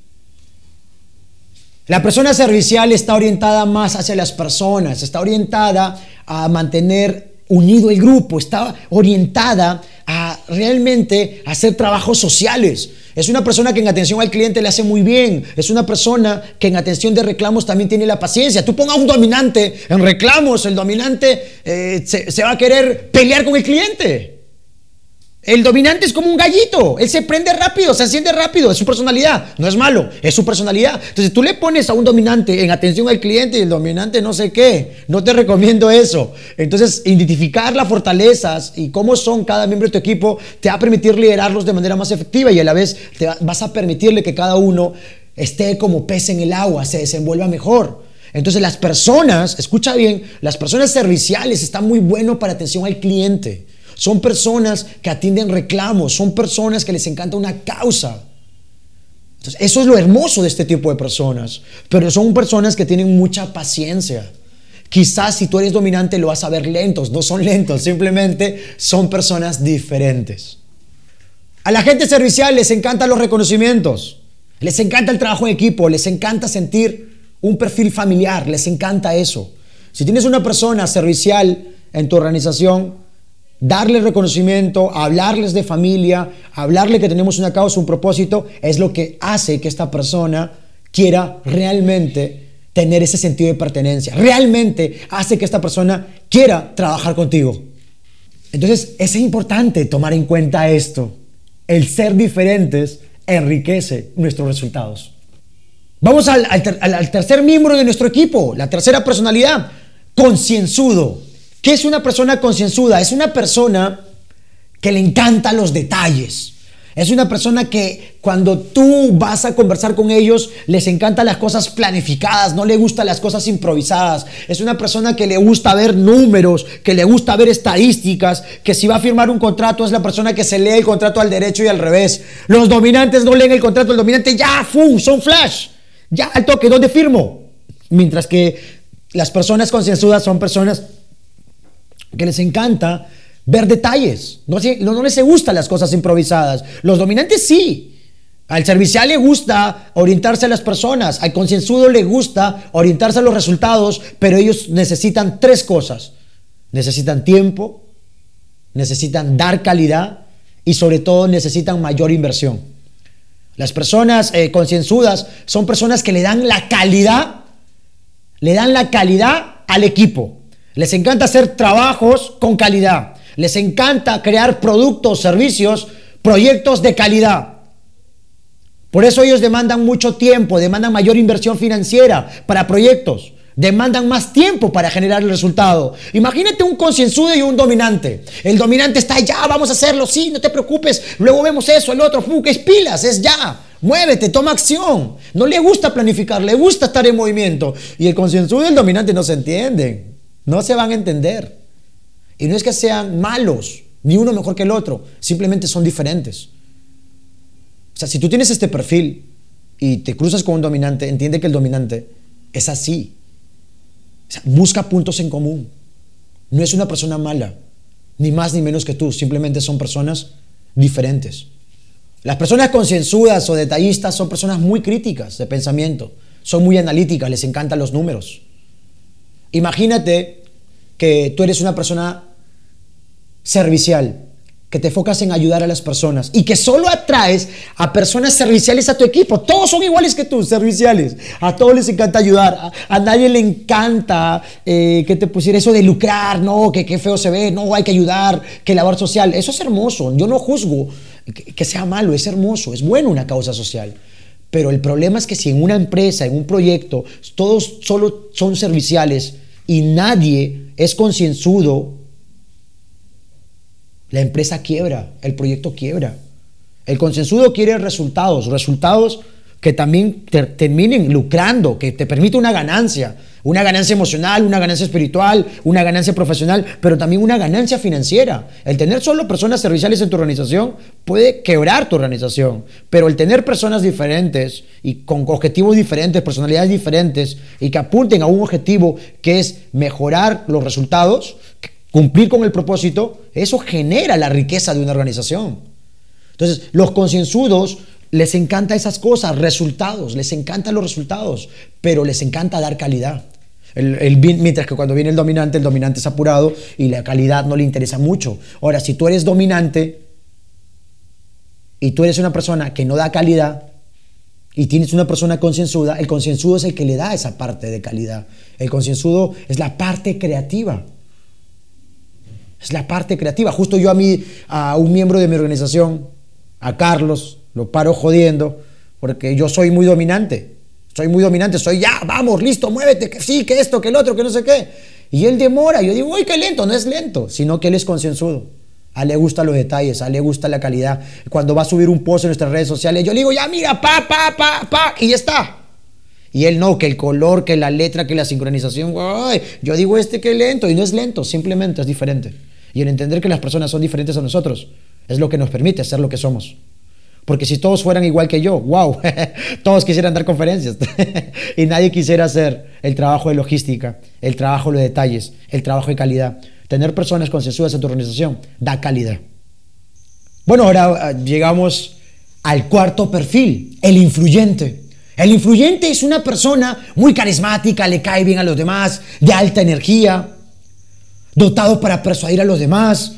La persona servicial está orientada más hacia las personas, está orientada a mantener unido el grupo, está orientada a realmente hacer trabajos sociales. Es una persona que en atención al cliente le hace muy bien. Es una persona que en atención de reclamos también tiene la paciencia. Tú pongas a un dominante en reclamos, el dominante se va a querer pelear con el cliente. El dominante es como un gallito, él se prende rápido, se enciende rápido, es su personalidad, no es malo, es su personalidad. Entonces tú le pones a un dominante en atención al cliente y el dominante no sé qué, no te recomiendo eso. Entonces identificar las fortalezas y cómo son cada miembro de tu equipo te va a permitir liderarlos de manera más efectiva y a la vez vas a permitirle que cada uno esté como pez en el agua, se desenvuelva mejor. Entonces las personas, escucha bien, las personas serviciales están muy buenos para atención al cliente. Son personas que atienden reclamos, son personas que les encanta una causa. Entonces, eso es lo hermoso de este tipo de personas. Pero son personas que tienen mucha paciencia. Quizás si tú eres dominante lo vas a ver lentos, no son lentos, simplemente son personas diferentes. A la gente servicial les encantan los reconocimientos, les encanta el trabajo en equipo, les encanta sentir un perfil familiar, les encanta eso. Si tienes una persona servicial en tu organización, darle reconocimiento, hablarles de familia, hablarle que tenemos una causa, un propósito, es lo que hace que esta persona quiera realmente tener ese sentido de pertenencia. Realmente hace que esta persona quiera trabajar contigo. Entonces es importante tomar en cuenta esto. El ser diferentes enriquece nuestros resultados. Vamos al tercer miembro de nuestro equipo, la tercera personalidad, concienzudo. ¿Qué es una persona concienzuda? Es una persona que le encantan los detalles. Es una persona que cuando tú vas a conversar con ellos, les encantan las cosas planificadas, no le gustan las cosas improvisadas. Es una persona que le gusta ver números, que le gusta ver estadísticas, que si va a firmar un contrato es la persona que se lee el contrato al derecho y al revés. Los dominantes no leen el contrato, el dominante ya, ¡fum!, son flash. Ya, al toque, ¿dónde firmo? Mientras que las personas concienzudas son personas que les encanta ver detalles, no les gustan las cosas improvisadas. Los dominantes sí. Al servicial le gusta orientarse a las personas, al concienzudo le gusta orientarse a los resultados, pero ellos necesitan tres cosas. Necesitan tiempo, necesitan dar calidad y sobre todo necesitan mayor inversión. Las personas concienzudas son personas que le dan la calidad al equipo. Les encanta hacer trabajos con calidad. Les encanta crear productos, servicios, proyectos de calidad. Por eso ellos demandan mucho tiempo, demandan mayor inversión financiera para proyectos, demandan más tiempo para generar el resultado. Imagínate un concienzudo y un dominante. El dominante está ya, vamos a hacerlo, sí, no te preocupes, luego vemos eso, el otro, que es pilas, es ya. Muévete, toma acción. No le gusta planificar, le gusta estar en movimiento. Y el concienzudo y el dominante no se entienden. No se van a entender. Y no es que sean malos, ni uno mejor que el otro, simplemente son diferentes. O sea, si tú tienes este perfil y te cruzas con un dominante, entiende que el dominante es así. O sea, busca puntos en común. No es una persona mala, ni más ni menos que tú, simplemente son personas diferentes. Las personas concienzudas o detallistas son personas muy críticas de pensamiento, son muy analíticas, les encantan los números. Imagínate que tú eres una persona servicial, que te enfocas en ayudar a las personas y que solo atraes a personas serviciales a tu equipo. Todos son iguales que tú, serviciales. A todos les encanta ayudar. A nadie le encanta que te pusiera eso de lucrar, no, que feo se ve, no, hay que ayudar, que labor social. Eso es hermoso. Yo no juzgo que sea malo, es hermoso, es bueno una causa social. Pero el problema es que si en una empresa, en un proyecto, todos solo son serviciales y nadie es concienzudo, la empresa quiebra, el proyecto quiebra. El concienzudo quiere resultados que también terminen lucrando, que te permita una ganancia emocional, una ganancia espiritual, una ganancia profesional, pero también una ganancia financiera. El tener solo personas serviciales en tu organización puede quebrar tu organización, pero el tener personas diferentes y con objetivos diferentes, personalidades diferentes y que apunten a un objetivo que es mejorar los resultados, cumplir con el propósito, eso genera la riqueza de una organización. Entonces, los concienzudos les encanta esas cosas, resultados, les encantan los resultados, pero les encanta dar calidad. Mientras que cuando viene el dominante es apurado y la calidad no le interesa mucho. Ahora, si tú eres dominante y tú eres una persona que no da calidad y tienes una persona concienzuda, el concienzudo es el que le da esa parte de calidad. El concienzudo es la parte creativa. Es la parte creativa. Justo yo a un miembro de mi organización, a Carlos, lo paro jodiendo porque yo soy muy dominante. Soy ya, vamos, listo, muévete, que sí, que esto, que el otro, que no sé qué. Y él demora. Yo digo, uy, qué lento. No es lento, sino que él es concienzudo. A él le gustan los detalles, a él le gusta la calidad. Cuando va a subir un post en nuestras redes sociales, yo le digo, ya mira, y ya está. Y él no, que el color, que la letra, que la sincronización. Ay, yo digo qué lento, y no es lento, simplemente es diferente. Y el entender que las personas son diferentes a nosotros es lo que nos permite ser lo que somos. Porque si todos fueran igual que yo, wow, todos quisieran dar conferencias y nadie quisiera hacer el trabajo de logística, el trabajo de los detalles, el trabajo de calidad. Tener personas concienzudas en tu organización da calidad. Bueno, ahora llegamos al cuarto perfil, el influyente. El influyente es una persona muy carismática, le cae bien a los demás, de alta energía, dotado para persuadir a los demás.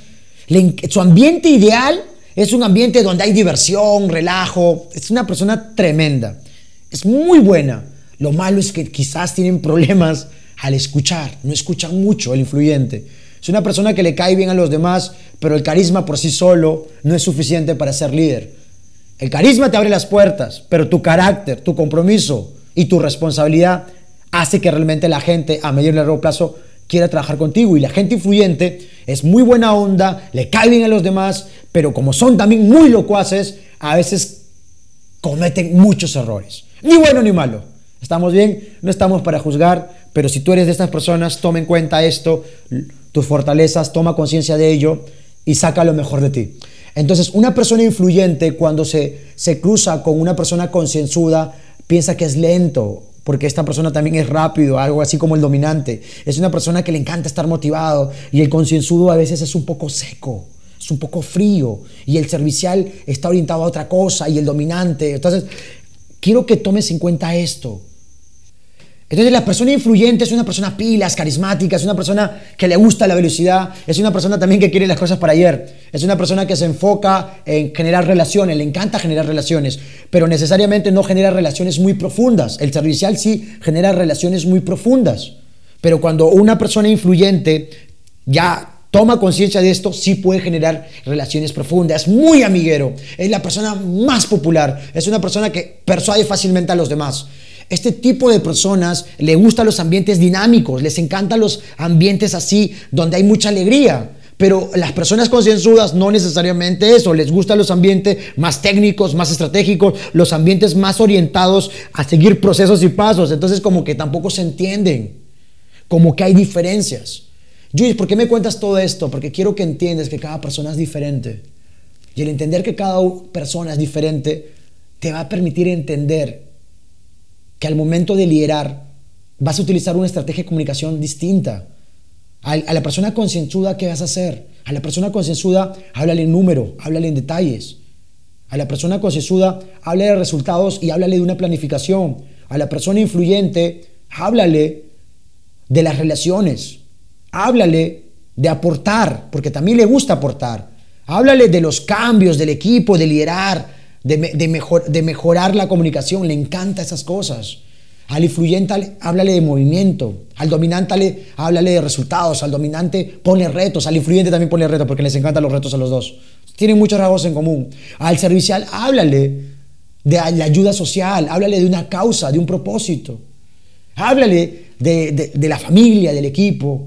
Su ambiente ideal es un ambiente donde hay diversión, relajo. Es una persona tremenda. Es muy buena. Lo malo es que quizás tienen problemas al escuchar. No escuchan mucho el influyente. Es una persona que le cae bien a los demás, pero el carisma por sí solo no es suficiente para ser líder. El carisma te abre las puertas, pero tu carácter, tu compromiso y tu responsabilidad hace que realmente la gente a medio y largo plazo quiera trabajar contigo. Y la gente influyente es muy buena onda, le cae bien a los demás, pero como son también muy locuaces, a veces cometen muchos errores. Ni bueno ni malo. ¿Estamos bien? No estamos para juzgar, pero si tú eres de estas personas, toma en cuenta esto, tus fortalezas, toma conciencia de ello y saca lo mejor de ti. Entonces, una persona influyente, cuando se cruza con una persona concienzuda, piensa que es lento, porque esta persona también es rápido, algo así como el dominante. Es una persona que le encanta estar motivado, y el concienzudo a veces es un poco seco, es un poco frío, y el servicial está orientado a otra cosa, y el dominante. Entonces, quiero que tomes en cuenta esto. Entonces, la persona influyente es una persona pilas, carismática, es una persona que le gusta la velocidad, es una persona también que quiere las cosas para ayer, es una persona que se enfoca en generar relaciones, le encanta generar relaciones, pero necesariamente no genera relaciones muy profundas. El servicial sí genera relaciones muy profundas, pero cuando una persona influyente ya toma conciencia de esto, sí puede generar relaciones profundas. Es muy amiguero, es la persona más popular, es una persona que persuade fácilmente a los demás. Este tipo de personas le gustan los ambientes dinámicos, les encantan los ambientes así, donde hay mucha alegría. Pero las personas concienzudas no necesariamente eso, les gustan los ambientes más técnicos, más estratégicos, los ambientes más orientados a seguir procesos y pasos. Entonces como que tampoco se entienden, como que hay diferencias. Luis, ¿por qué me cuentas todo esto? Porque quiero que entiendas que cada persona es diferente. Y el entender que cada persona es diferente te va a permitir entender que al momento de liderar vas a utilizar una estrategia de comunicación distinta. A la persona concienzuda, ¿qué vas a hacer? A la persona concienzuda, háblale en número, háblale en detalles. A la persona concienzuda, háblale de resultados y háblale de una planificación. A la persona influyente, háblale de las relaciones. Háblale de aportar, porque también le gusta aportar. Háblale de los cambios del equipo, de liderar, de mejorar la comunicación. Le encanta esas cosas. Al influyente háblale de movimiento, al dominante háblale de resultados, al dominante pone retos, al influyente también pone retos porque les encantan los retos a los dos. Tienen muchos rasgos en común. Al servicial háblale de la ayuda social, háblale de una causa, de un propósito. Háblale de la familia, del equipo.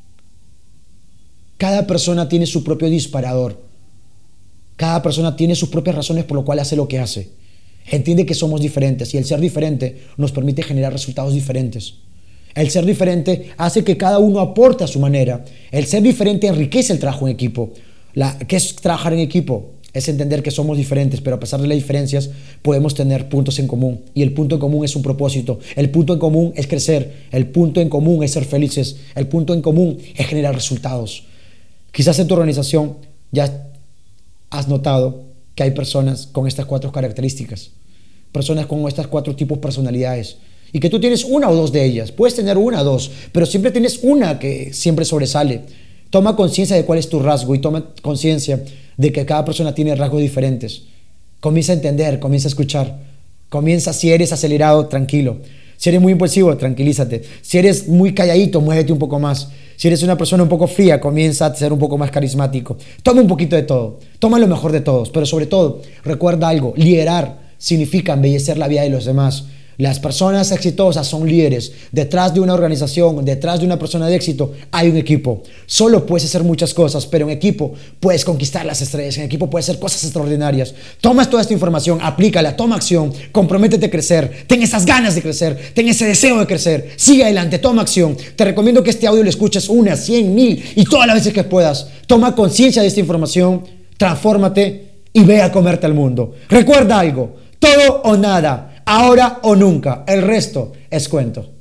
Cada persona tiene su propio disparador. Cada persona tiene sus propias razones por lo cual hace lo que hace. Entiende que somos diferentes y el ser diferente nos permite generar resultados diferentes. El ser diferente hace que cada uno aporte a su manera. El ser diferente enriquece el trabajo en equipo. ¿Qué es trabajar en equipo? Es entender que somos diferentes, pero a pesar de las diferencias podemos tener puntos en común. Y el punto en común es un propósito. El punto en común es crecer. El punto en común es ser felices. El punto en común es generar resultados. Quizás en tu organización ya has notado que hay personas con estas 4 características, personas con estas 4 tipos de personalidades, y que tú tienes una o dos de ellas. Puedes tener una o dos, pero siempre tienes una que siempre sobresale. Toma conciencia de cuál es tu rasgo y toma conciencia de que cada persona tiene rasgos diferentes. Comienza a entender, comienza a escuchar, comienza, si eres acelerado, tranquilo. Si eres muy impulsivo, tranquilízate. Si eres muy calladito, muévete un poco más. Si eres una persona un poco fría, comienza a ser un poco más carismático. Toma un poquito de todo. Toma lo mejor de todos. Pero sobre todo, recuerda algo. Liderar significa embellecer la vida de los demás. Las personas exitosas son líderes. Detrás de una organización, detrás de una persona de éxito, hay un equipo. Solo puedes hacer muchas cosas, pero en equipo puedes conquistar las estrellas. En equipo puedes hacer cosas extraordinarias. Tomas toda esta información, aplícala, toma acción, comprométete a crecer. Ten esas ganas de crecer, ten ese deseo de crecer. Sigue adelante, toma acción. Te recomiendo que este audio lo escuches 1, 100, 1000 y todas las veces que puedas. Toma conciencia de esta información, transfórmate y ve a comerte al mundo. Recuerda algo, todo o nada. Ahora o nunca, el resto es cuento.